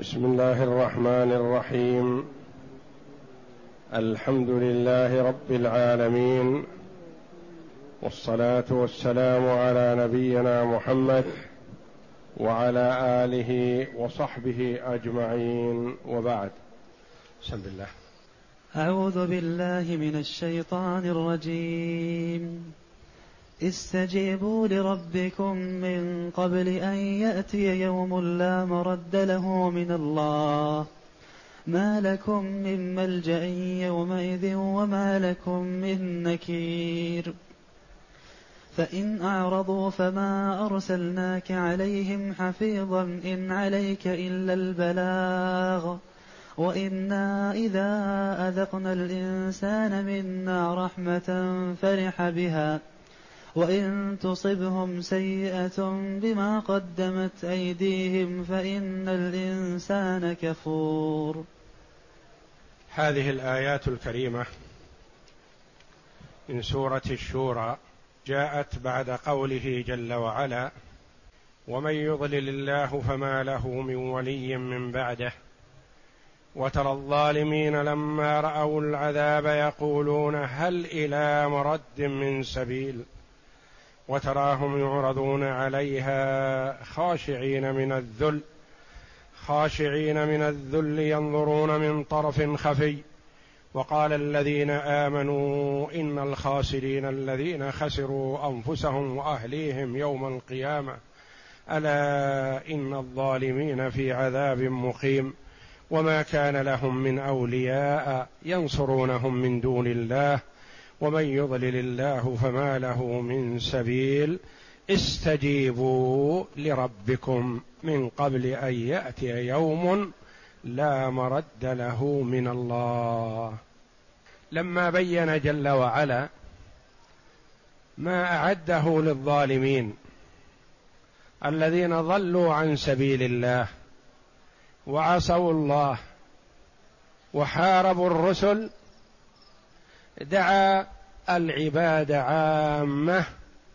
بسم الله الرحمن الرحيم. الحمد لله رب العالمين، والصلاة والسلام على نبينا محمد وعلى آله وصحبه أجمعين، وبعد. بسم الله. أعوذ بالله من الشيطان الرجيم. استجيبوا لربكم من قبل أن يأتي يوم لا مرد له من الله، ما لكم من ملجأ يومئذ وما لكم من نكير. فإن أعرضوا فما أرسلناك عليهم حفيظا إن عليك إلا البلاغ، وإنا إذا أذقنا الإنسان منا رحمة فرح بها، وإن تصبهم سيئة بما قدمت أيديهم فإن الإنسان كفور. هذه الآيات الكريمة من سورة الشورى جاءت بعد قوله جل وعلا: ومن يضلل الله فما له من ولي من بعده، وترى الظالمين لما رأوا العذاب يقولون هل إلى مرد من سبيل، وتراهم يعرضون عليها خاشعين من الذل ينظرون من طرف خفي. وقال الذين آمنوا إن الخاسرين الذين خسروا أنفسهم وأهليهم يوم القيامة ألا إن الظالمين في عذاب مقيم، وما كان لهم من أولياء ينصرونهم من دون الله، ومن يضلل الله فما له من سبيل. استجيبوا لربكم من قبل أن يأتي يوم لا مرد له من الله. لما بين جل وعلا ما أعده للظالمين الذين ضلوا عن سبيل الله وعصوا الله وحاربوا الرسل، دعا العباد عامة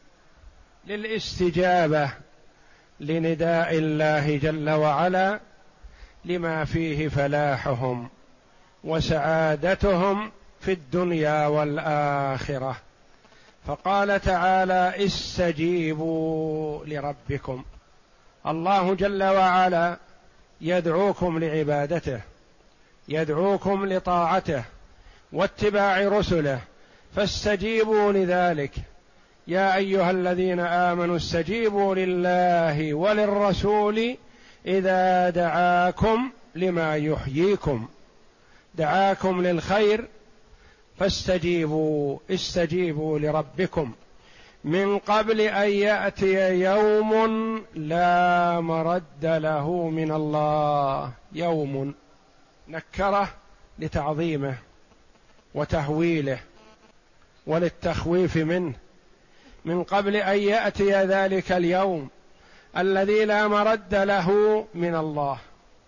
للاستجابة لنداء الله جل وعلا لما فيه فلاحهم وسعادتهم في الدنيا والآخرة. فقال تعالى: استجيبوا لربكم. الله جل وعلا يدعوكم لعبادته، يدعوكم لطاعته واتباع رسله، فاستجيبوا لذلك. يا أيها الذين آمنوا استجيبوا لله وللرسول إذا دعاكم لما يحييكم، دعاكم للخير فاستجيبوا. استجيبوا لربكم من قبل أن يأتي يوم لا مرد له من الله. يوم نكره لتعظيمه وتهويله وللتخويف منه، من قبل أن يأتي ذلك اليوم الذي لا مرد له من الله.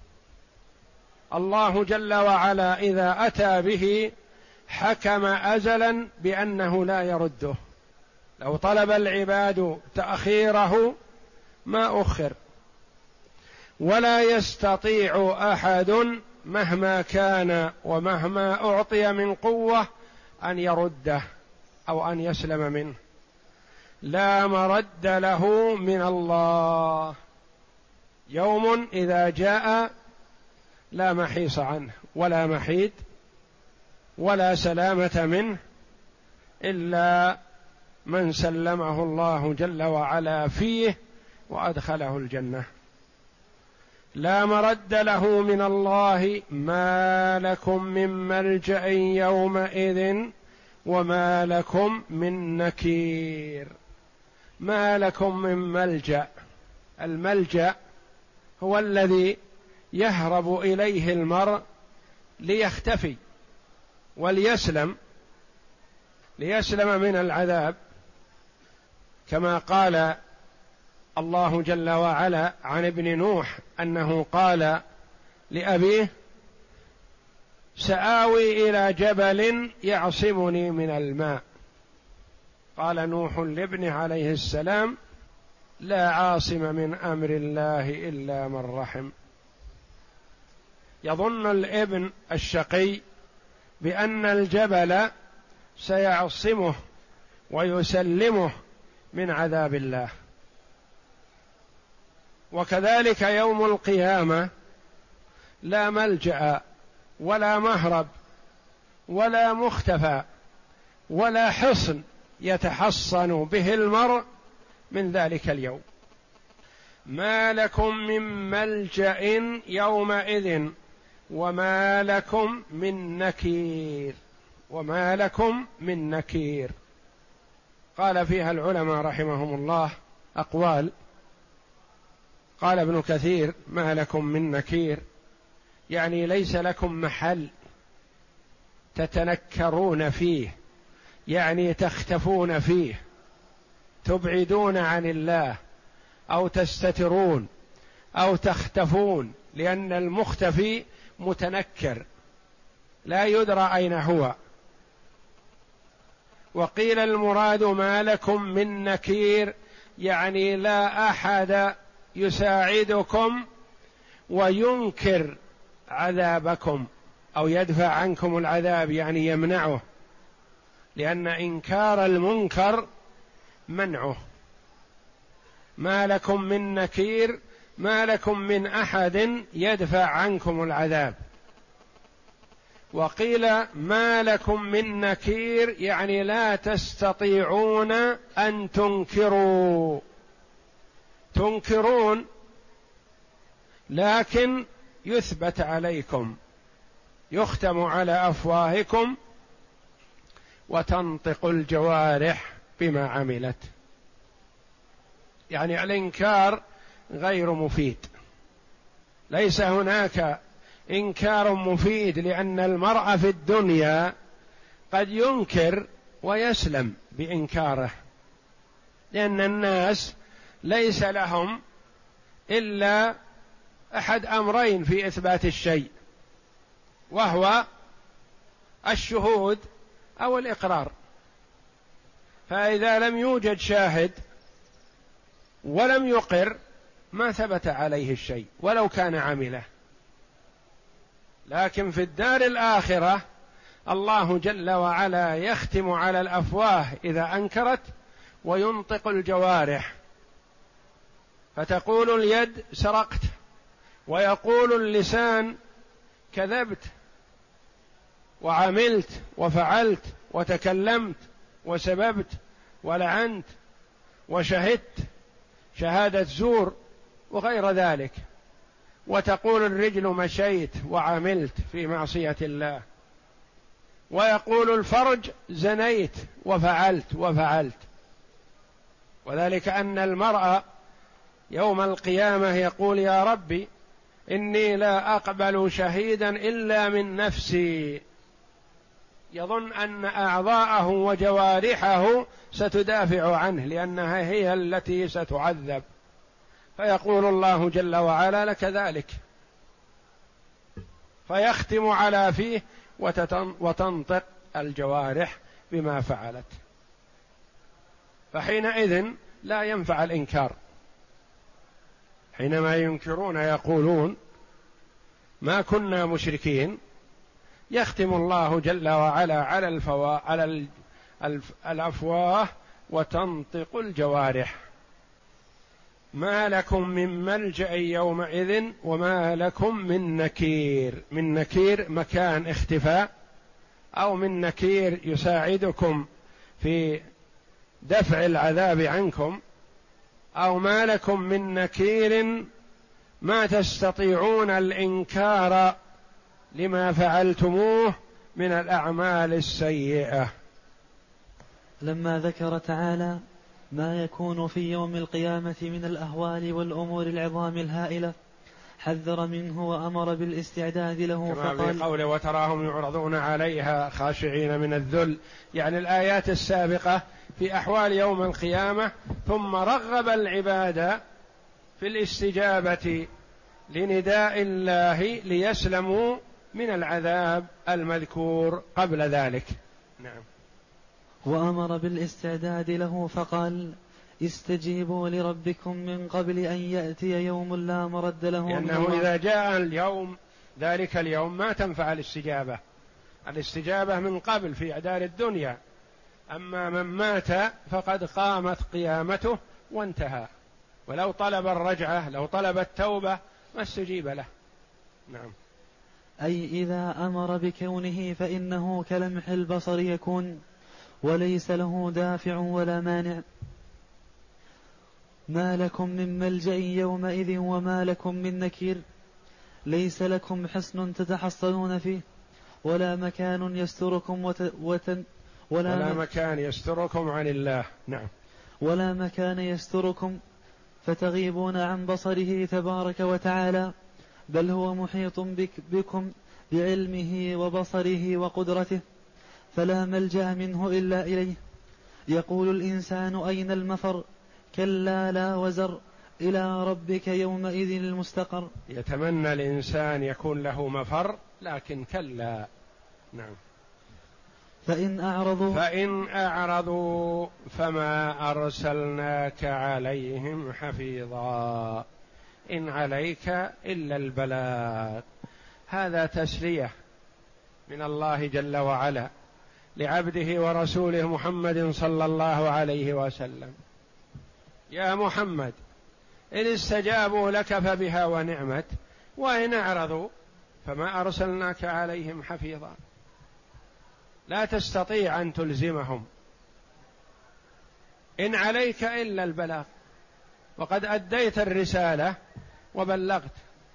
الله جل وعلا إذا أتى به حكم أزلا بأنه لا يرده. لو طلب العباد تأخيره ما أخر، ولا يستطيع أحد مهما كان ومهما أعطي من قوة أن يرده أو أن يسلم منه. لا مرد له من الله. يوم إذا جاء لا محيص عنه ولا محيد ولا سلامة منه إلا من سلمه الله جل وعلا فيه وأدخله الجنة. لا مرد له من الله. ما لكم من ملجأ يومئذ وما لكم من نكير. ما لكم من ملجأ. الملجأ هو الذي يهرب إليه المرء ليختفي وليسلم من العذاب، كما قال الله جل وعلا عن ابن نوح أنه قال لأبيه: سآوي إلى جبل يعصمني من الماء. قال نوح لابنه عليه السلام: لا عاصم من أمر الله إلا من رحم. يظن الابن الشقي بأن الجبل سيعصمه ويسلمه من عذاب الله. وكذلك يوم القيامة لا ملجأ ولا مهرب ولا مختفى ولا حصن يتحصن به المرء من ذلك اليوم. ما لكم من ملجأ يومئذ وما لكم من نكير. وما لكم من نكير قال فيها العلماء رحمهم الله أقوال. قال ابن كثير: ما لكم من نكير يعني ليس لكم محل تتنكرون فيه، يعني تختفون فيه، تبعدون عن الله أو تستترون أو تختفون، لأن المختفي متنكر لا يدرى أين هو. وقيل المراد ما لكم من نكير يعني لا أحد يساعدكم وينكر عذابكم أو يدفع عنكم العذاب، يعني يمنعه، لأن إنكار المنكر منعه. ما لكم من نكير ما لكم من أحد يدفع عنكم العذاب. وقيل ما لكم من نكير يعني لا تستطيعون أن تنكروا. تنكرون لكن يثبت عليكم، يختم على أفواهكم وتنطق الجوارح بما عملت. يعني الإنكار غير مفيد، ليس هناك إنكار مفيد، لأن المرء في الدنيا قد ينكر ويسلم بإنكاره، لأن الناس ليس لهم إلا أحد أمرين في إثبات الشيء، وهو الشهود أو الإقرار. فإذا لم يوجد شاهد ولم يقر ما ثبت عليه الشيء ولو كان عمله. لكن في الدار الآخرة الله جل وعلا يختم على الأفواه إذا أنكرت وينطق الجوارح، فتقول اليد سرقت، ويقول اللسان كذبت وعملت وفعلت وتكلمت وسببت ولعنت وشهدت شهادة زور وغير ذلك، وتقول الرجل مشيت وعملت في معصية الله، ويقول الفرج زنيت وفعلت. وذلك أن المرء يوم القيامة يقول: يا ربي إني لا أقبل شهيدا إلا من نفسي. يظن أن أعضاءه وجوارحه ستدافع عنه لأنها هي التي ستعذب، فيقول الله جل وعلا: لك ذلك، فيختم على فيه وتنطق الجوارح بما فعلت. فحينئذ لا ينفع الإنكار. حينما ينكرون يقولون ما كنا مشركين، يختم الله جل وعلا على الأفواه وتنطق الجوارح. ما لكم من ملجأ يومئذ وما لكم من نكير. من نكير مكان اختفاء، أو من نكير يساعدكم في دفع العذاب عنكم، أو ما لكم من نكير ما تستطيعون الإنكار لما فعلتموه من الأعمال السيئة. لما ذكر تعالى ما يكون في يوم القيامة من الأهوال والأمور العظام الهائلة حذر منه وأمر بالاستعداد له، كما فقال في قوله: وتراهم يعرضون عليها خاشعين من الذل. يعني الآيات السابقة في أحوال يوم القيامة، ثم رغب العباد في الاستجابة لنداء الله ليسلموا من العذاب المذكور قبل ذلك. نعم. وأمر بالاستعداد له فقال: استجيبوا لربكم من قبل أن يأتي يوم لا مرد له. لأنه إذا جاء اليوم ذلك اليوم ما تنفع الاستجابة من قبل في أعدار الدنيا، أما من مات فقد قامت قيامته وانتهى، ولو طلب الرجعة لو طلب التوبة ما استجيب له. نعم. أي إذا أمر بكونه فإنه كلمح البصر يكون، وليس له دافع ولا مانع. ما لكم من ملجأ يومئذ وما لكم من نكير، ليس لكم حصن تتحصنون فيه، ولا مكان يستركم ولا مكان يستركم عن الله. نعم. ولا مكان يستركم فتغيبون عن بصره تبارك وتعالى، بل هو محيط بكم بعلمه وبصره وقدرته، فلا ملجأ منه إلا إليه. يقول الإنسان أين المفر، كلا لا وزر، إلى ربك يومئذ المستقر. يتمنى الإنسان يكون له مفر، لكن كلا. نعم. فإن أعرضوا فما أرسلناك عليهم حفيظا إن عليك إلا البلاغ. هذا تسلية من الله جل وعلا لعبده ورسوله محمد صلى الله عليه وسلم. يا محمد إن استجابوا لك فبها ونعمت، وإن أعرضوا فما أرسلناك عليهم حفيظا. لا تستطيع أن تلزمهم، إن عليك إلا البلاغ، وقد أديت الرسالة وبلغت،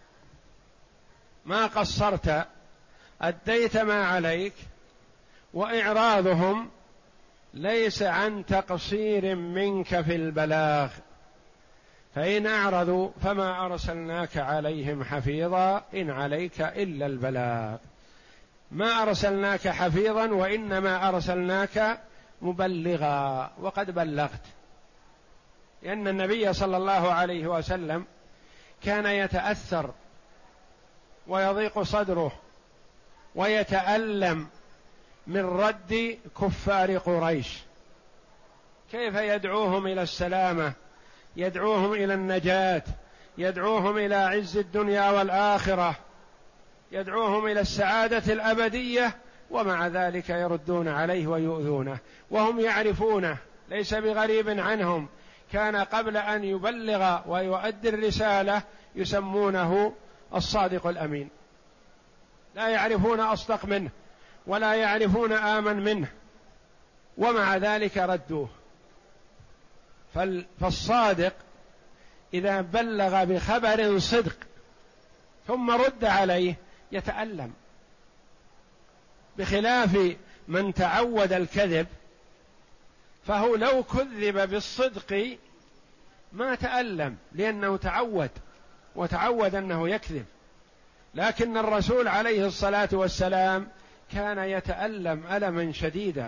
ما قصرت، أديت ما عليك. وإعراضهم ليس عن تقصير منك في البلاغ. فإن أعرضوا فما أرسلناك عليهم حفيظا إن عليك إلا البلاغ. ما أرسلناك حفيظا وإنما أرسلناك مبلغا، وقد بلغت. لأن النبي صلى الله عليه وسلم كان يتأثر ويضيق صدره ويتألم من رد كفار قريش. كيف يدعوهم إلى السلامة، يدعوهم إلى النجاة، يدعوهم إلى عز الدنيا والآخرة، يدعوهم إلى السعادة الأبدية، ومع ذلك يردون عليه ويؤذونه وهم يعرفونه، ليس بغريب عنهم. كان قبل أن يبلغ ويؤدي الرسالة يسمونه الصادق الأمين، لا يعرفون أصدق منه ولا يعرفون آمن منه، ومع ذلك ردوه. فالصادق إذا بلغ بخبر صدق ثم رد عليه يتألم، بخلاف من تعود الكذب، فهو لو كذب بالصدق ما تألم، لأنه وتعود أنه يكذب. لكن الرسول عليه الصلاة والسلام كان يتألم ألما شديدا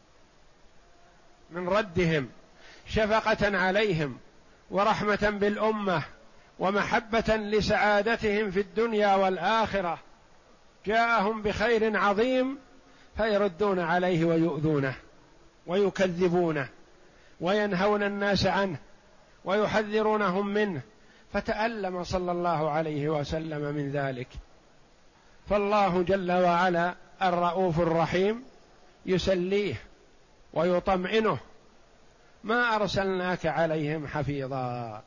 من ردهم، شفقة عليهم ورحمة بالأمة ومحبة لسعادتهم في الدنيا والآخرة. جاءهم بخير عظيم فيردون عليه ويؤذونه ويكذبونه وينهون الناس عنه ويحذرونهم منه، فتألم صلى الله عليه وسلم من ذلك. فالله جل وعلا الرؤوف الرحيم يسليه ويطمئنه: ما أرسلناك عليهم حفيظا،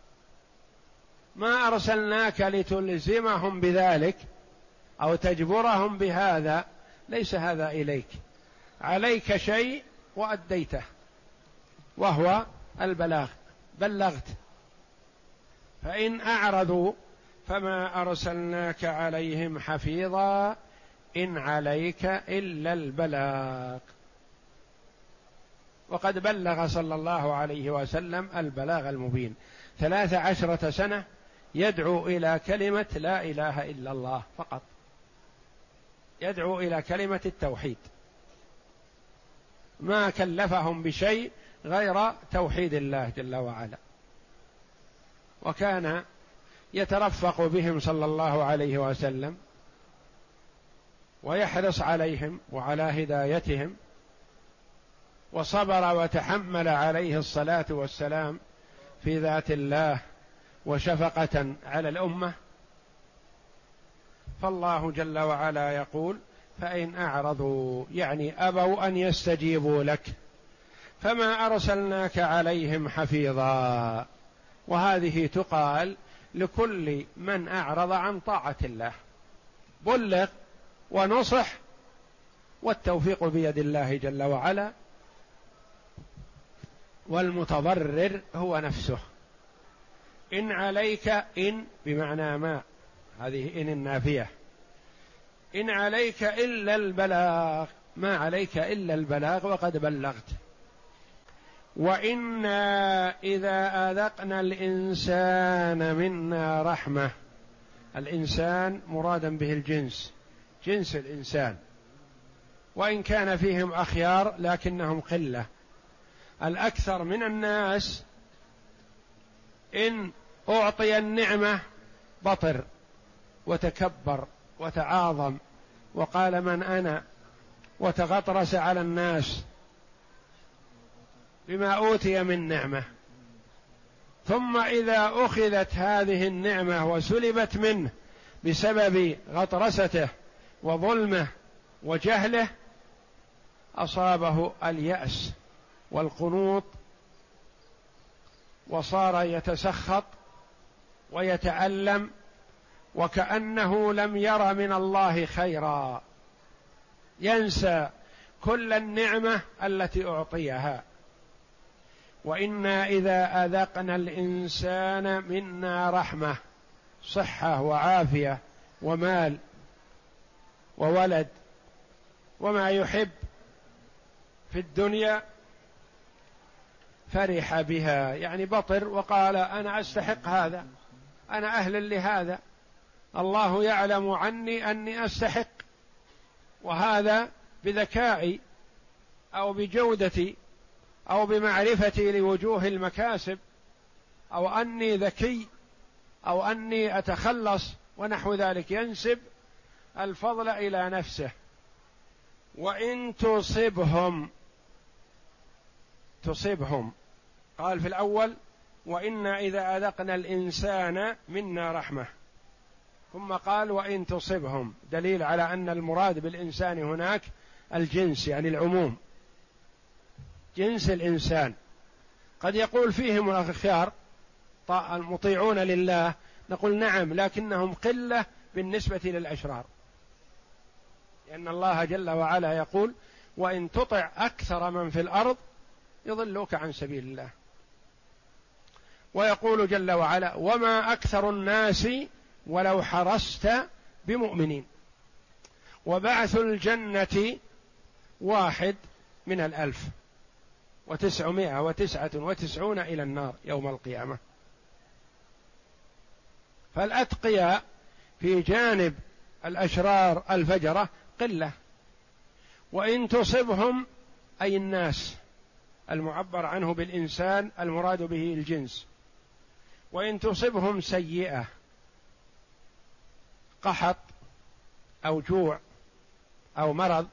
ما أرسلناك لتلزمهم بذلك أو تجبرهم بهذا، ليس هذا إليك، عليك شيء وأديته وهو البلاغ، بلغت. فإن أعرضوا فما أرسلناك عليهم حفيظا إن عليك إلا البلاغ. وقد بلغ صلى الله عليه وسلم البلاغ المبين. 13 سنة يدعو إلى كلمة لا إله إلا الله فقط، يدعو إلى كلمة التوحيد، ما كلفهم بشيء غير توحيد الله جل وعلا. وكان يترفق بهم صلى الله عليه وسلم ويحرص عليهم وعلى هدايتهم، وصبر وتحمل عليه الصلاة والسلام في ذات الله وشفقة على الأمة. فالله جل وعلا يقول فإن أعرضوا يعني أبوا أن يستجيبوا لك فما أرسلناك عليهم حفيظا. وهذه تقال لكل من أعرض عن طاعة الله، بلغ ونصح والتوفيق بيد الله جل وعلا، والمتضرر هو نفسه. إن عليك، إن بمعنى ما، هذه إن النافية، إن عليك إلا البلاغ، ما عليك إلا البلاغ وقد بلغت. وإنا إذا أذقنا الإنسان منا رحمة، الإنسان مرادا به الجنس، جنس الإنسان، وإن كان فيهم أخيار لكنهم قلة. الأكثر من الناس إن أعطي النعمة بطر وتكبر وتعاظم وقال من أنا، وتغطرس على الناس بما أوتي من نعمة. ثم إذا أخذت هذه النعمة وسلبت منه بسبب غطرسته وظلمه وجهله أصابه اليأس والقنوط، وصار يتسخط ويتألم وكأنه لم ير من الله خيرا، ينسى كل النعمة التي أعطيها. وإنا إذا أذقنا الإنسان منا رحمة، صحة وعافية ومال وولد وما يحب في الدنيا، فرح بها، يعني بطر وقال أنا أستحق هذا، أنا أهل لهذا، الله يعلم عني أني أستحق، وهذا بذكائي أو بجودتي أو بمعرفتي لوجوه المكاسب، أو أني ذكي، أو أني أتخلص ونحو ذلك، ينسب الفضل إلى نفسه. وإن تصبهم قال في الأول وإنا إذا أذقنا الإنسان منا رحمة، ثم قال وإن تصبهم، دليل على أن المراد بالإنسان هناك الجنس، يعني العموم، جنس الإنسان. قد يقول فيهم الأخيار المطيعون لله، نقول نعم، لكنهم قلة بالنسبة للأشرار، لأن الله جل وعلا يقول وإن تطع أكثر من في الأرض يضلوك عن سبيل الله. ويقول جل وعلا وما أكثر الناس ولو حرصت بمؤمنين. وبعث الجنة 1 من 1999 إلى النار يوم القيامة. فالأتقياء في جانب الأشرار الفجرة قلة. وإن تصبهم أي الناس، المعبر عنه بالإنسان المراد به الجنس. وإن تصبهم سيئة، قحط أو جوع أو مرض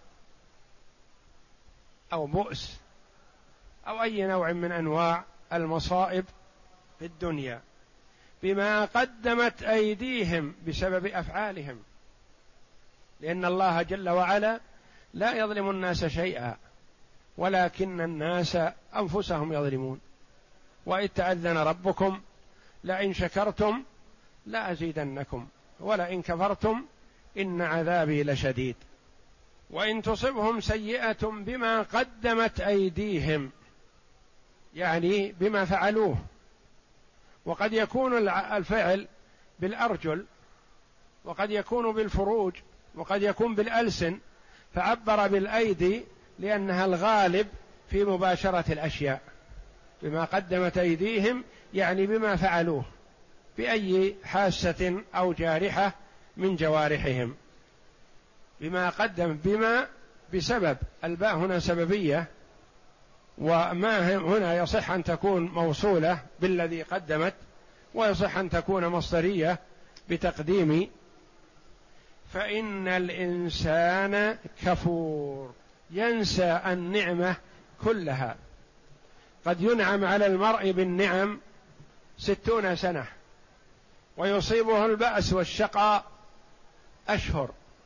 أو بؤس أو أي نوع من أنواع المصائب في الدنيا بما قدمت أيديهم بسبب أفعالهم، لأن الله جل وعلا لا يظلم الناس شيئا ولكن الناس أنفسهم يظلمون. وإذ تأذن ربكم لئن شكرتم لأزيدنكم ولئن كفرتم إن عذابي لشديد. وإن تصبهم سيئة بما قدمت أيديهم، يعني بما فعلوه، وقد يكون الفعل بالأرجل، وقد يكون بالفروج، وقد يكون بالألسن، فعبر بالأيدي لأنها الغالب في مباشرة الأشياء. بما قدمت أيديهم يعني بما فعلوه بأي حاسة أو جارحة من جوارحهم. بما قدم، بما بسبب، الباء هنا سببية، وما هنا يصح أن تكون موصولة بالذي قدمت، ويصح أن تكون مصدرية بتقديم. فإن الإنسان كفور، ينسى النعمة كلها. قد ينعم على المرء بالنعم 60 سنة ويصيبه البأس والشقاء أشهر،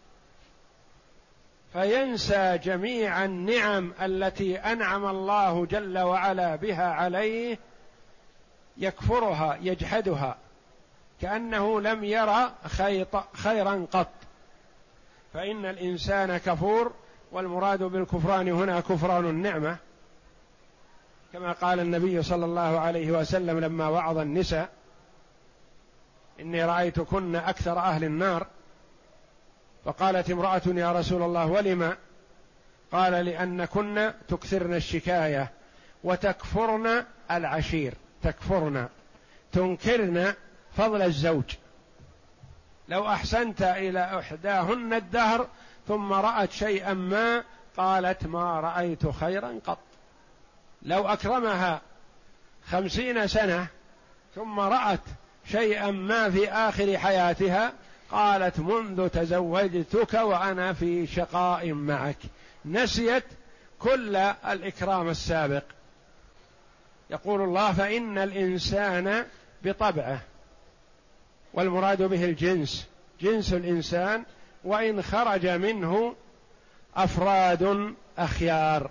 فينسى جميع النعم التي أنعم الله جل وعلا بها عليه، يكفرها يجحدها كأنه لم يرى خيرا قط. فإن الإنسان كفور، والمراد بالكفران هنا كفران النعمة، كما قال النبي صلى الله عليه وسلم لما وعظ النساء: إني رأيتكن أكثر أهل النار. فقالت امرأة: يا رسول الله ولم؟ قال: لأنكن تكثرن الشكاية وتكفرن العشير، تكفرن تنكرن فضل الزوج. لو أحسنت إلى إحداهن الدهر ثم رأت شيئا ما قالت: ما رأيت خيرا قط. لو أكرمها 50 سنة ثم رأت شيئا ما في آخر حياتها قالت: منذ تزوجتك وأنا في شقاء معك. نسيت كل الإكرام السابق. يقول الله: فإن الإنسان بطبعه، والمراد به الجنس، جنس الإنسان، وإن خرج منه أفراد أخيار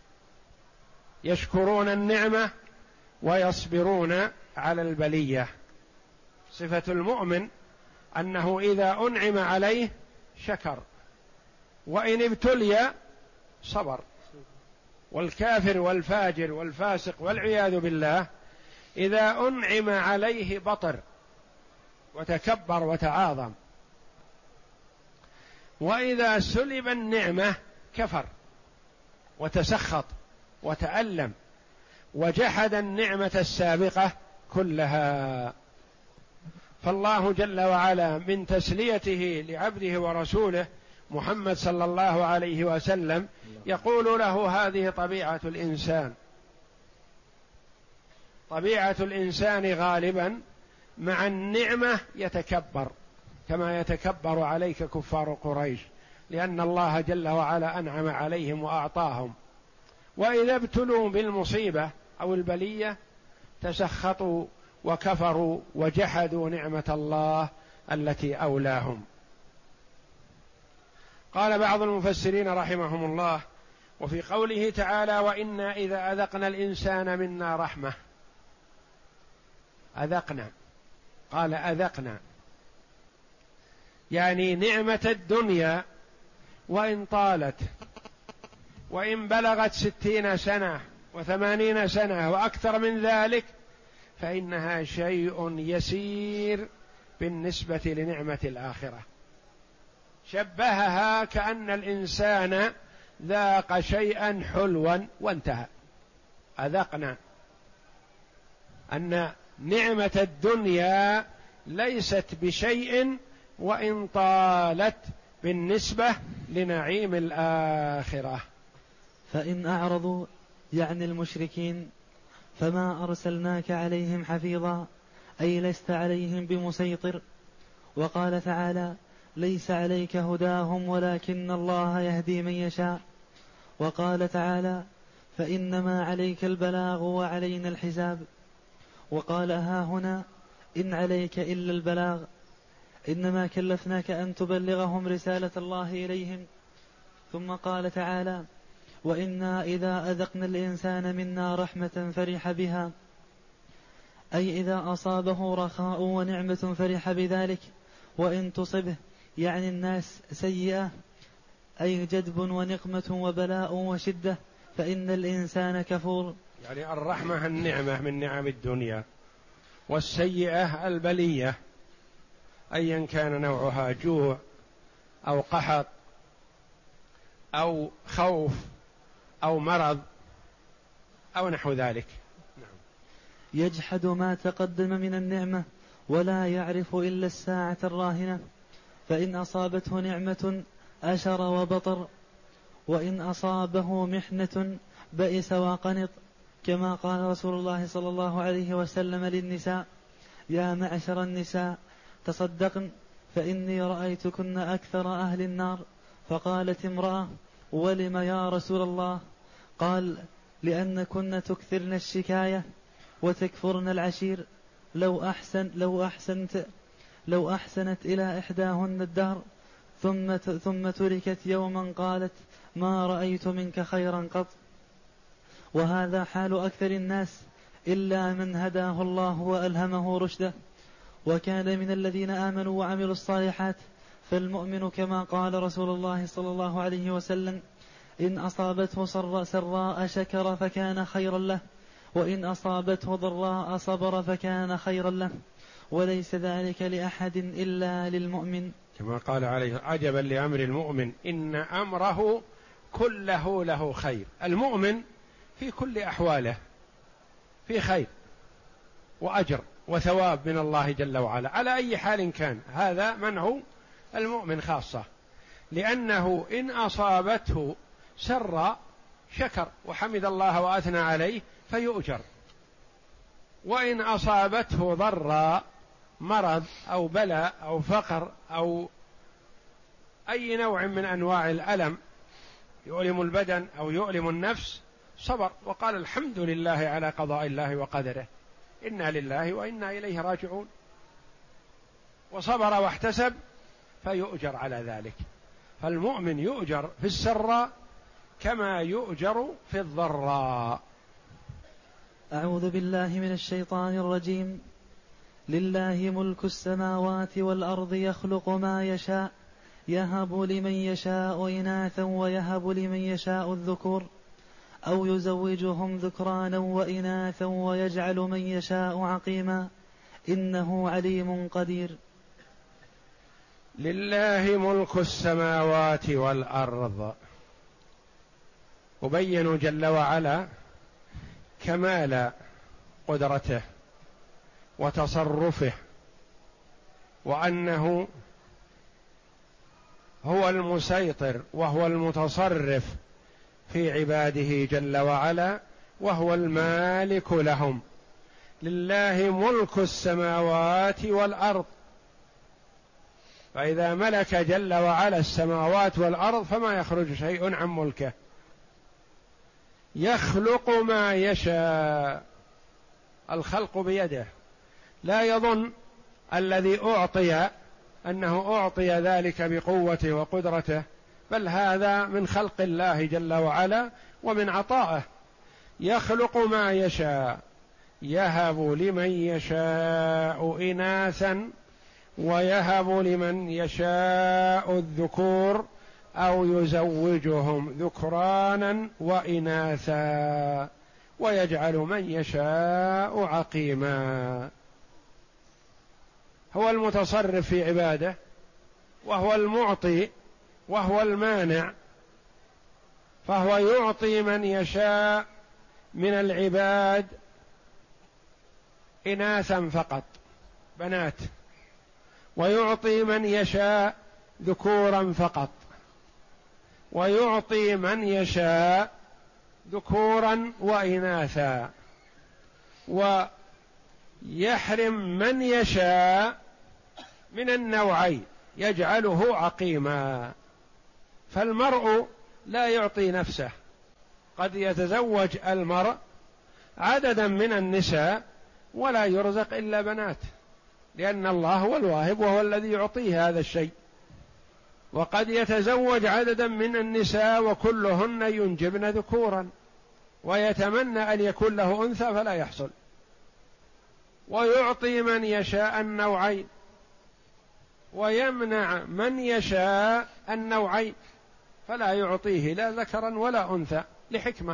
يشكرون النعمة ويصبرون على البلية. صفة المؤمن أنه إذا أنعم عليه شكر، وإن ابتلي صبر. والكافر والفاجر والفاسق والعياذ بالله إذا أنعم عليه بطر وتكبر وتعاظم، وإذا سلب النعمة كفر وتسخط وتألم وجحد النعمة السابقة كلها. فالله جل وعلا من تسليته لعبده ورسوله محمد صلى الله عليه وسلم يقول له: هذه طبيعة الإنسان. طبيعة الإنسان غالبا مع النعمة يتكبر، كما يتكبر عليك كفار قريش، لأن الله جل وعلا أنعم عليهم وأعطاهم. وإذا ابتلوا بالمصيبة أو البلية تسخطوا وكفروا وجحدوا نعمة الله التي أولاهم. قال بعض المفسرين رحمهم الله: وفي قوله تعالى: وإنا إذا أذقنا الإنسان منا رحمة، أذقنا، قال أذقنا، يعني نعمة الدنيا وإن طالت، وإن بلغت 60 سنة و80 سنة وأكثر من ذلك، فإنها شيء يسير بالنسبة لنعمة الآخرة. شبهها كأن الإنسان ذاق شيئا حلوا وانتهى. أذقنا أن نعمة الدنيا ليست بشيء وإن طالت بالنسبة لنعيم الآخرة. فإن أعرضوا يعني المشركين فما أرسلناك عليهم حفيظا، أي لست عليهم بمسيطر. وقال تعالى: ليس عليك هداهم ولكن الله يهدي من يشاء. وقال تعالى: فإنما عليك البلاغ وعلينا الحساب. وقال: ها هنا إن عليك إلا البلاغ، إنما كلفناك أن تبلغهم رسالة الله إليهم. ثم قال تعالى: وإنا إذا أذقنا الإنسان منا رحمة فرح بها، أي إذا أصابه رخاء ونعمة فرح بذلك. وإن تصبه يعني الناس سيئة، أي جدب ونقمة وبلاء وشدة، فإن الإنسان كفور. يعني الرحمة النعمة من نعم الدنيا، والسيئة البلية أيا كان نوعها، جوع أو قحط أو خوف أو مرض أو نحو ذلك. يجحد ما تقدم من النعمة ولا يعرف إلا الساعة الراهنة، فإن أصابته نعمة أشر وبطر، وإن أصابه محنة بئس وقنط، كما قال رسول الله صلى الله عليه وسلم للنساء: يا معشر النساء تصدقن فإني رأيتكن أكثر أهل النار. فقالت امرأة: ولم يا رسول الله؟ قال: لأنكن تكثرن الشكاية وتكفرن العشير. لو أحسنت إلى إحداهن الدهر ثم تركت يوما قالت ما رأيت منك خيرا قط. وهذا حال أكثر الناس إلا من هداه الله وألهمه رشده وكان من الذين آمنوا وعملوا الصالحات. فالمؤمن كما قال رسول الله صلى الله عليه وسلم إن أصابته سراء شكر فكان خيرا له وإن أصابته ضراء صبر فكان خيرا له وليس ذلك لأحد إلا للمؤمن. كما قال عليه عجبا لأمر المؤمن إن أمره كله له خير. المؤمن في كل أحواله في خير وأجر وثواب من الله جل وعلا على أي حال كان. هذا منع المؤمن خاصة، لأنه إن أصابته سر شكر وحمد الله وأثنى عليه فيؤجر، وإن أصابته ضر مرض أو بلاء أو فقر أو أي نوع من أنواع الألم يؤلم البدن أو يؤلم النفس صبر وقال الحمد لله على قضاء الله وقدره إنا لله وإنا إليه راجعون، وصبر واحتسب فيؤجر على ذلك. فالمؤمن يؤجر في السراء كما يؤجر في الضراء. أعوذ بالله من الشيطان الرجيم. لله ملك السماوات والأرض يخلق ما يشاء يهب لمن يشاء إناثا ويهب لمن يشاء الذكور أو يزوجهم ذكرانا وإناثا ويجعل من يشاء عقيما إنه عليم قدير. لله ملك السماوات والأرض. يبين جل وعلا كمال قدرته وتصرفه وأنه هو المسيطر وهو المتصرف في عباده جل وعلا وهو المالك لهم. لله ملك السماوات والأرض، فإذا ملك جل وعلا السماوات والأرض فما يخرج شيء عن ملكه. يخلق ما يشاء، الخلق بيده، لا يظن الذي أعطي أنه أعطي ذلك بقوته وقدرته، بل هذا من خلق الله جل وعلا ومن عطائه. يخلق ما يشاء يهب لمن يشاء إناثا ويهب لمن يشاء الذكور أو يزوجهم ذكرانا وإناثا ويجعل من يشاء عقيما. هو المتصرف في عباده وهو المعطي وهو المانع، فهو يعطي من يشاء من العباد إناثا فقط بنات، ويعطي من يشاء ذكورا فقط، ويعطي من يشاء ذكورا وإناثا، ويحرم من يشاء من النوعين يجعله عقيما. فالمرء لا يعطي نفسه، قد يتزوج المرء عددا من النساء ولا يرزق إلا بنات، لأن الله هو الواهب وهو الذي يعطيه هذا الشيء. وقد يتزوج عددا من النساء وكلهن ينجبن ذكورا ويتمنى أن يكون له أنثى فلا يحصل، ويعطي من يشاء النوعين ويمنع من يشاء النوعين، فلا يعطيه لا ذكرا ولا أنثى لحكمة.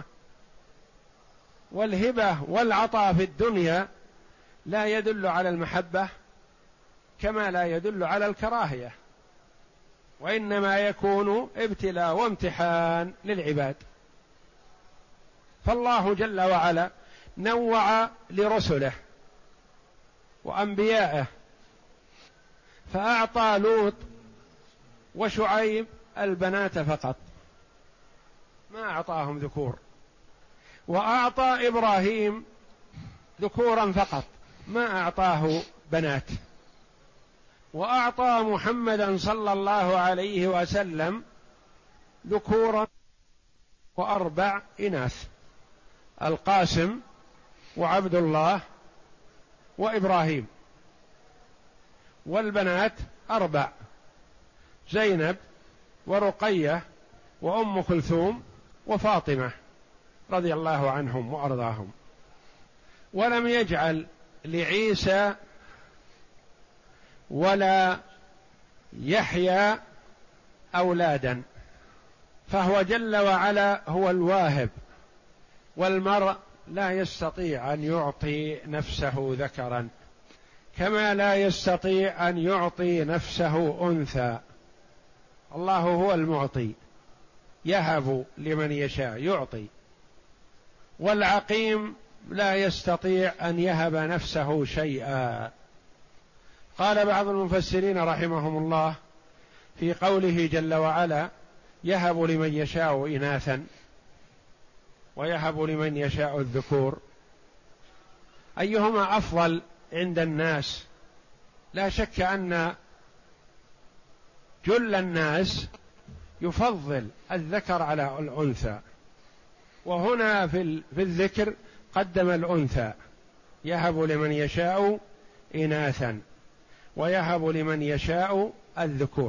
والهبة والعطاء في الدنيا لا يدل على المحبة كما لا يدل على الكراهية، وإنما يكون ابتلاء وامتحان للعباد. فالله جل وعلا نوع لرسله وأنبيائه، فأعطى لوط وشعيب البنات فقط ما أعطاهم ذكور، وأعطى إبراهيم ذكورا فقط ما أعطاه بنات، وأعطى محمدا صلى الله عليه وسلم ذكورا وأربع إناث، القاسم وعبد الله وإبراهيم، والبنات أربع، زينب ورقية وأم كلثوم وفاطمة رضي الله عنهم وأرضاهم، ولم يجعل لعيسى ولا يحيى أولادا، فهو جل وعلا هو الواهب، والمرء لا يستطيع أن يعطي نفسه ذكرا كما لا يستطيع أن يعطي نفسه أنثى. الله هو المعطي، يهب لمن يشاء يعطي، والعقيم لا يستطيع أن يهب نفسه شيئا. قال بعض المفسرين رحمهم الله في قوله جل وعلا يهب لمن يشاء إناثا ويهب لمن يشاء الذكور، أيهما أفضل عند الناس؟ لا شك أن جل الناس يفضل الذكر على الأنثى، وهنا في الذكر قدم الأنثى، يهب لمن يشاء إناثا ويهب لمن يشاء الذكور،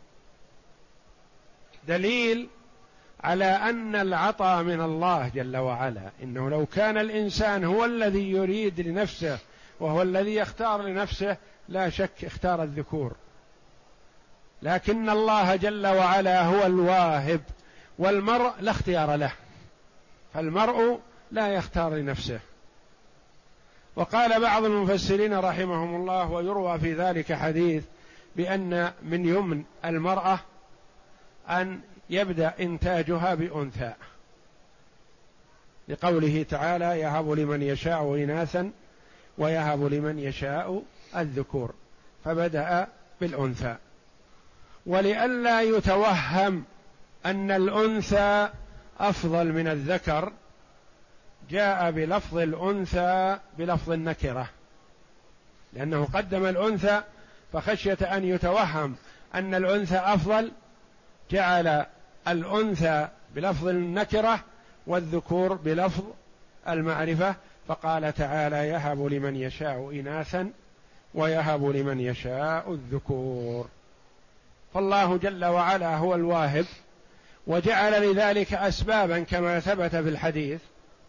دليل على أن العطاء من الله جل وعلا. إنه لو كان الإنسان هو الذي يريد لنفسه وهو الذي يختار لنفسه لا شك اختار الذكور، لكن الله جل وعلا هو الواهب، والمرء لا اختيار له، فالمرء لا يختار لنفسه. وقال بعض المفسرين رحمهم الله، ويروى في ذلك حديث، بأن من يمن المرأة أن يبدأ إنتاجها بأنثى، لقوله تعالى يهب لمن يشاء إناثا ويهب لمن يشاء الذكور، فبدأ بالأنثى. ولئلا يتوهم أن الأنثى أفضل من الذكر جاء بلفظ الأنثى بلفظ النكرة، لأنه قدم الأنثى فخشية أن يتوهم أن الأنثى أفضل جعل الأنثى بلفظ النكرة والذكور بلفظ المعرفة، فقال تعالى يهب لمن يشاء إناثا ويهب لمن يشاء الذكور. فالله جل وعلا هو الواهب، وجعل لذلك أسبابا كما ثبت في الحديث: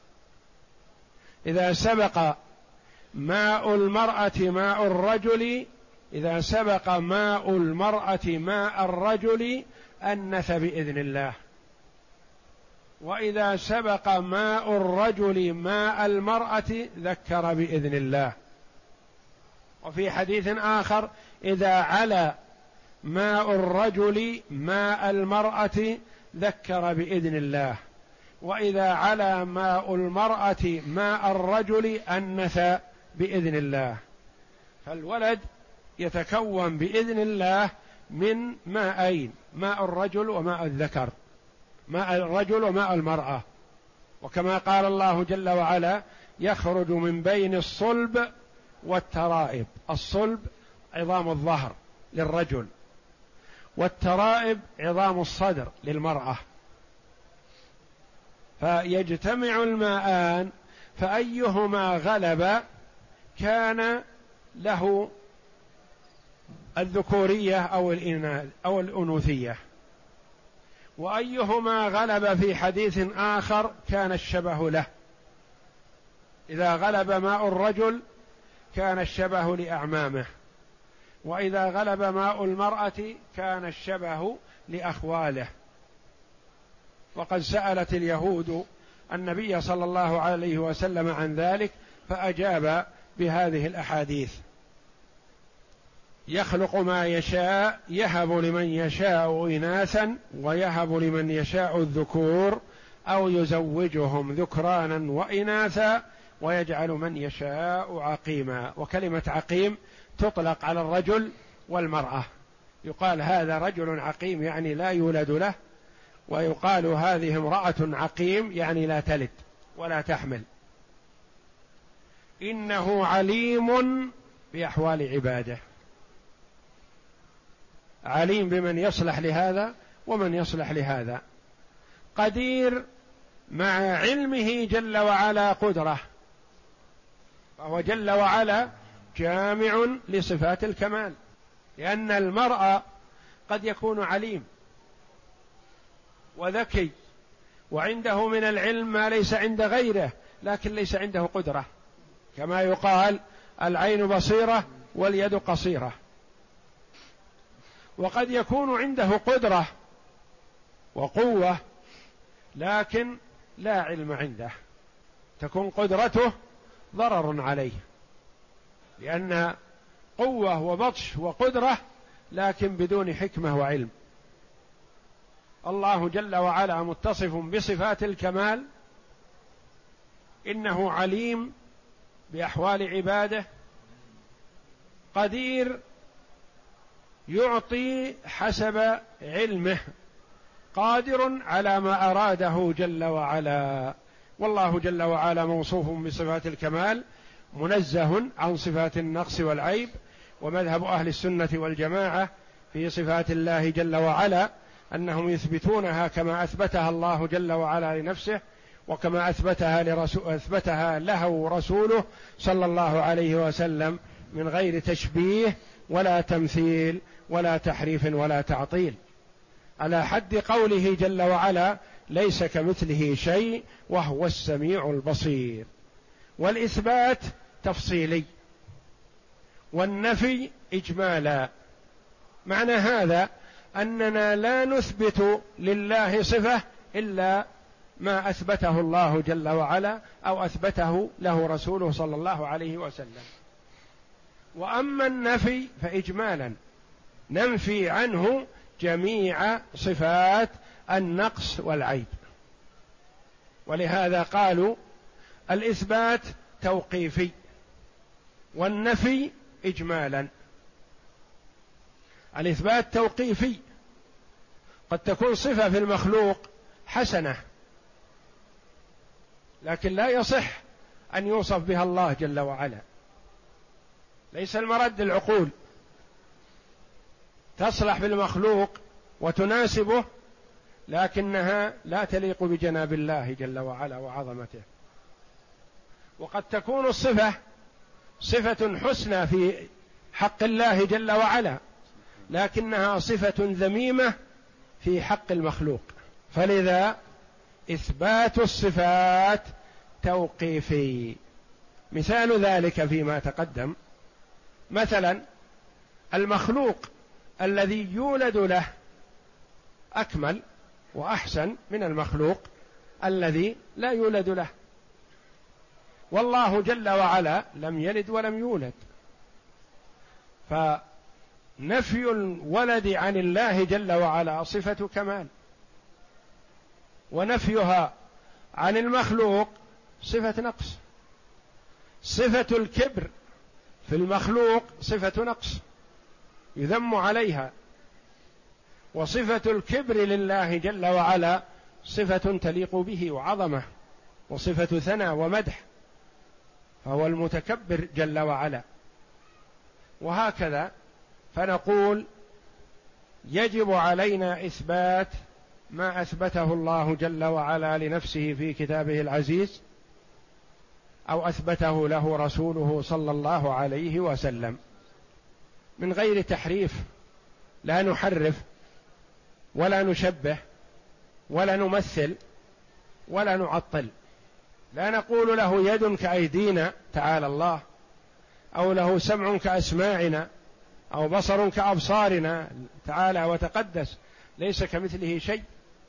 إذا سبق ماء المرأة ماء الرجل، إذا سبق ماء المرأة ماء الرجل أنث بإذن الله، وإذا سبق ماء الرجل ماء المرأة ذكر بإذن الله. وفي حديث آخر: إذا علا ماء الرجل ماء المرأة ذكر بإذن الله، وإذا علا ماء المرأة ماء الرجل أنث بإذن الله. فالولد يتكون بإذن الله من ماءين: ماء الرجل وماء الذكر، ماء الرجل وماء المرأة. وكما قال الله جل وعلا: يخرج من بين الصلب والترائب. الصلب عظام الظهر للرجل، والترائب عظام الصدر للمرأة، فيجتمع الماءان، فأيهما غلب كان له الذكورية أو الأنوثية، وأيهما غلب في حديث آخر كان الشبه له. إذا غلب ماء الرجل كان الشبه لأعمامه، وإذا غلب ماء المرأة كان الشبه لأخواله. وقد سألت اليهود النبي صلى الله عليه وسلم عن ذلك فأجاب بهذه الأحاديث: يخلق ما يشاء، يهب لمن يشاء إناثا ويهب لمن يشاء الذكور، أو يزوجهم ذكرانا وإناثا ويجعل من يشاء عقيما. وكلمة عقيم تطلق على الرجل والمرأة، يقال هذا رجل عقيم يعني لا يولد له، ويقال هذه امرأة عقيم يعني لا تلد ولا تحمل. إنه عليم بأحوال عباده، عليم بمن يصلح لهذا ومن يصلح لهذا، قدير مع علمه جل وعلا قدرة، فهو جل وعلا جامع لصفات الكمال. لأن المرأة قد يكون عليم وذكي وعنده من العلم ما ليس عند غيره، لكن ليس عنده قدرة، كما يقال العين بصيرة واليد قصيرة. وقد يكون عنده قدرة وقوة لكن لا علم عنده، تكون قدرته ضرر عليه، لأن قوة وبطش وقدرة لكن بدون حكمة وعلم. الله جل وعلا متصف بصفات الكمال، إنه عليم بأحوال عباده، قدير يعطي حسب علمه، قادر على ما أراده جل وعلا. والله جل وعلا موصوف بصفات الكمال، منزه عن صفات النقص والعيب. ومذهب أهل السنة والجماعة في صفات الله جل وعلا أنهم يثبتونها كما أثبتها الله جل وعلا لنفسه، وكما أثبتها له رسوله صلى الله عليه وسلم، من غير تشبيه ولا تمثيل ولا تحريف ولا تعطيل، على حد قوله جل وعلا: ليس كمثله شيء وهو السميع البصير. والإثبات تفصيلي والنفي إجمالا. معنى هذا أننا لا نثبت لله صفة إلا ما أثبته الله جل وعلا أو أثبته له رسوله صلى الله عليه وسلم. وأما النفي فإجمالا، ننفي عنه جميع صفات النقص والعيب. ولهذا قالوا الإثبات توقيفي والنفي إجمالا. الإثبات توقيفي، قد تكون صفة في المخلوق حسنة لكن لا يصح أن يوصف بها الله جل وعلا، ليس المرد العقول، تصلح بالمخلوق وتناسبه لكنها لا تليق بجناب الله جل وعلا وعظمته. وقد تكون الصفة صفة حسنى في حق الله جل وعلا لكنها صفة ذميمة في حق المخلوق. فلذا إثبات الصفات توقيفي. مثال ذلك فيما تقدم، مثلا المخلوق الذي يولد له أكمل وأحسن من المخلوق الذي لا يولد له، والله جل وعلا لم يلد ولم يولد، فنفي الولد عن الله جل وعلا صفة كمال، ونفيها عن المخلوق صفة نقص. صفة الكبر في المخلوق صفة نقص يذم عليها، وصفة الكبر لله جل وعلا صفة تليق به وعظمة وصفة ثناء ومدح، فهو المتكبر جل وعلا. وهكذا فنقول يجب علينا إثبات ما أثبته الله جل وعلا لنفسه في كتابه العزيز أو أثبته له رسوله صلى الله عليه وسلم من غير تحريف، لا نحرف ولا نشبه ولا نمثل ولا نعطل. لا نقول له يد كأيدينا تعالى الله، أو له سمع كأسماعنا، أو بصر كأبصارنا تعالى وتقدس، ليس كمثله شيء.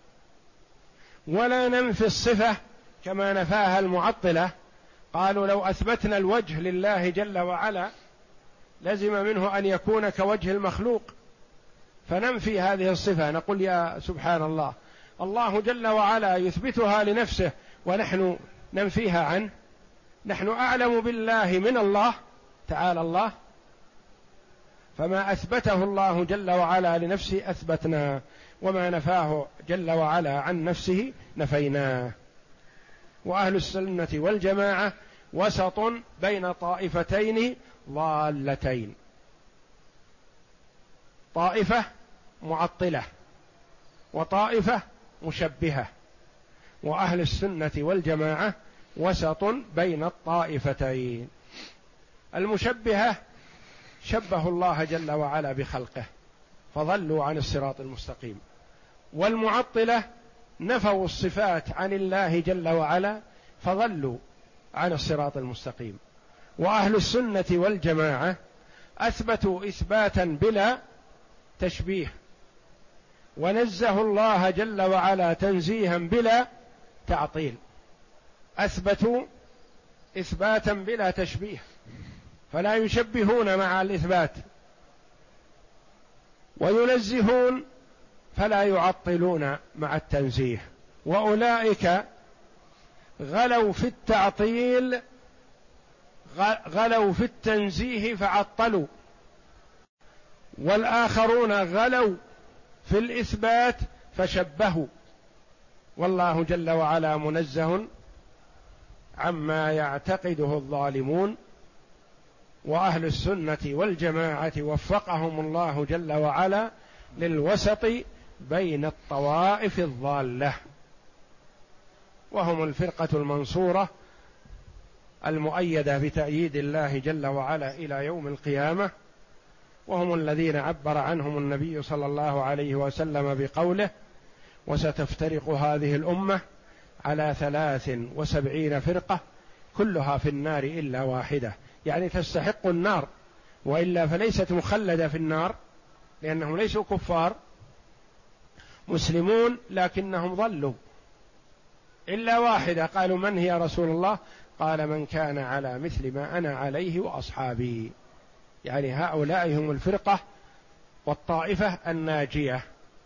ولا ننفي الصفة كما نفاها المعطلة، قالوا لو أثبتنا الوجه لله جل وعلا لزم منه أن يكون كوجه المخلوق، فننفي هذه الصفة، نقول يا سبحان الله، الله جل وعلا يثبتها لنفسه ونحن ننفيها عنه، نحن أعلم بالله من الله تعالى الله. فما أثبته الله جل وعلا لنفسه أثبتناه، وما نفاه جل وعلا عن نفسه نفيناه. وأهل السنة والجماعة وسط بين طائفتين ضالتين، طائفة معطلة وطائفة مشبهة، وأهل السنة والجماعة وسط بين الطائفتين. المشبهة شبه الله جل وعلا بخلقه فضلوا عن الصراط المستقيم. والمعطلة نفوا الصفات عن الله جل وعلا فضلوا عن الصراط المستقيم. وأهل السنة والجماعة أثبتوا إثباتا بلا تشبيه، ونزهوا الله جل وعلا تنزيها بلا تعطيل، أثبتوا إثباتا بلا تشبيه، فلا يشبهون مع الإثبات، وينزهون فلا يعطلون مع التنزيه. وأولئك غلوا في التعطيل، غلوا في التنزيه فعطلوا، والآخرون غلوا في الإثبات فشبهوا. والله جل وعلا منزه عما يعتقده الظالمون. وأهل السنة والجماعة وفقهم الله جل وعلا للوسط بين الطوائف الضالة، وهم الفرقة المنصورة المؤيدة بتأييد الله جل وعلا إلى يوم القيامة، وهم الذين عبر عنهم النبي صلى الله عليه وسلم بقوله: وستفترق هذه الأمة على 73 فرقة كلها في النار إلا واحدة، يعني تستحق النار، وإلا فليست مخلدة في النار، لأنهم ليسوا كفار، مسلمون لكنهم ضلوا، إلا واحدة. قالوا: من هي رسول الله؟ قال: من كان على مثل ما أنا عليه وأصحابي. يعني هؤلاء هم الفرقة والطائفة الناجية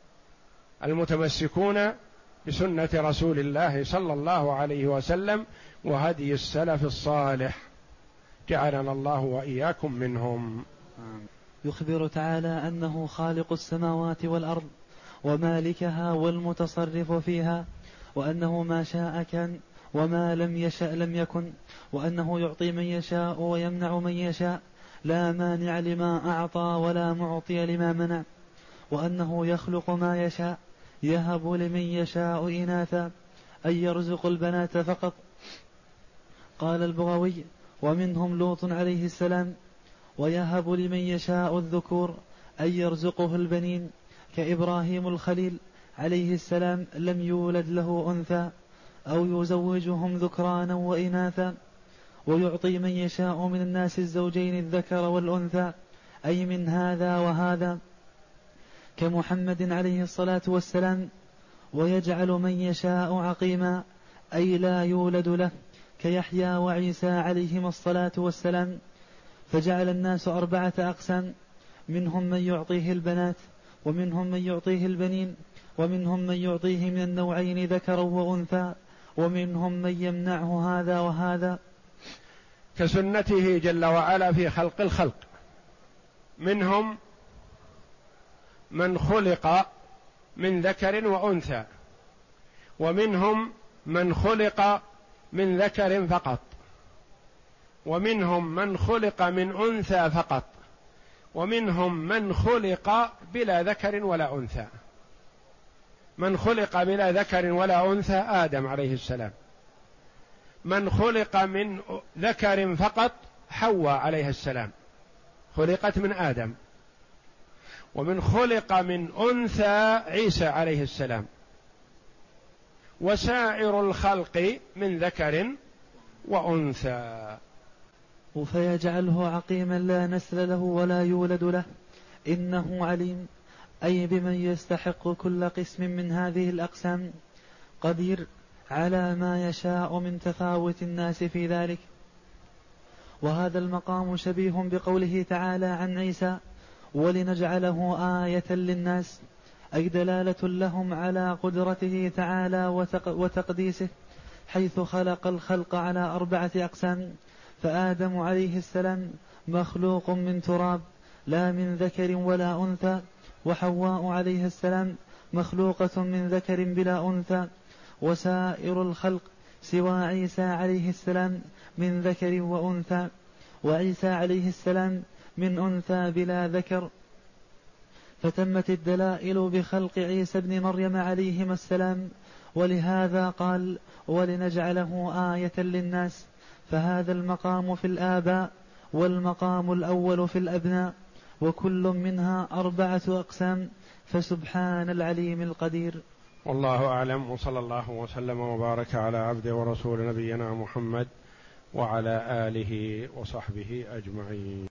المتمسكون بسنة رسول الله صلى الله عليه وسلم وهدي السلف الصالح، جعلنا الله وإياكم منهم. يخبر تعالى أنه خالق السماوات والأرض ومالكها والمتصرف فيها، وأنه ما شاء كان وما لم يشأ لم يكن، وأنه يعطي من يشاء ويمنع من يشاء، لا مانع لما أعطى ولا معطي لما منع، وأنه يخلق ما يشاء، يهب لمن يشاء إناثا، أي يرزق البنات فقط. قال البغوي: ومنهم لوط عليه السلام، ويهب لمن يشاء الذكور، أي يرزقه البنين، كإبراهيم الخليل عليه السلام لم يولد له أنثى، أو يزوجهم ذكرانا وإناثا. ويعطي من يشاء من الناس الزوجين الذكر والأنثى، أي من هذا وهذا، كمحمد عليه الصلاة والسلام. ويجعل من يشاء عقيما، أي لا يولد له، كيحيى وعيسى عليهما الصلاة والسلام. فجعل الناس 4 أقسام: منهم من يعطيه البنات، ومنهم من يعطيه البنين، ومنهم من يعطيه من النوعين ذكرا وأنثى، ومنهم من يمنعه هذا وهذا، كسنته جل وعلا في خلق الخلق. منهم من خلق من ذكر وأنثى، ومنهم من خلق من ذكر فقط، ومنهم من خلق من أنثى فقط، ومنهم من خلق بلا ذكر ولا أنثى. من خلق بلا ذكر ولا أنثى آدم عليه السلام. من خلق من ذكر فقط حواء عليه السلام، خلقت من آدم. ومن خلق من أنثى عيسى عليه السلام. وسائر الخلق من ذكر وأنثى. فيجعله عقيما لا نسل له ولا يولد له، إنه عليم، أي بمن يستحق كل قسم من هذه الأقسام، قدير على ما يشاء من تفاوت الناس في ذلك. وهذا المقام شبيه بقوله تعالى عن عيسى: ولنجعله آية للناس، أي دلالة لهم على قدرته تعالى وتقديسه، حيث خلق الخلق على 4 أقسام. فآدم عليه السلام مخلوق من تراب لا من ذكر ولا أنثى، وحواء عليه السلام مخلوقة من ذكر بلا أنثى، وسائر الخلق سوى عيسى عليه السلام من ذكر وأنثى، وعيسى عليه السلام من أنثى بلا ذكر. فتمت الدلائل بخلق عيسى ابن مريم عليهما السلام، ولهذا قال: ولنجعله آية للناس. فهذا المقام في الآباء، والمقام الأول في الأبناء، وكل منها 4 أقسام، فسبحان العليم القدير. والله أعلم، وصلى الله وسلم وبارك على عبده ورسول نبينا محمد وعلى آله وصحبه أجمعين.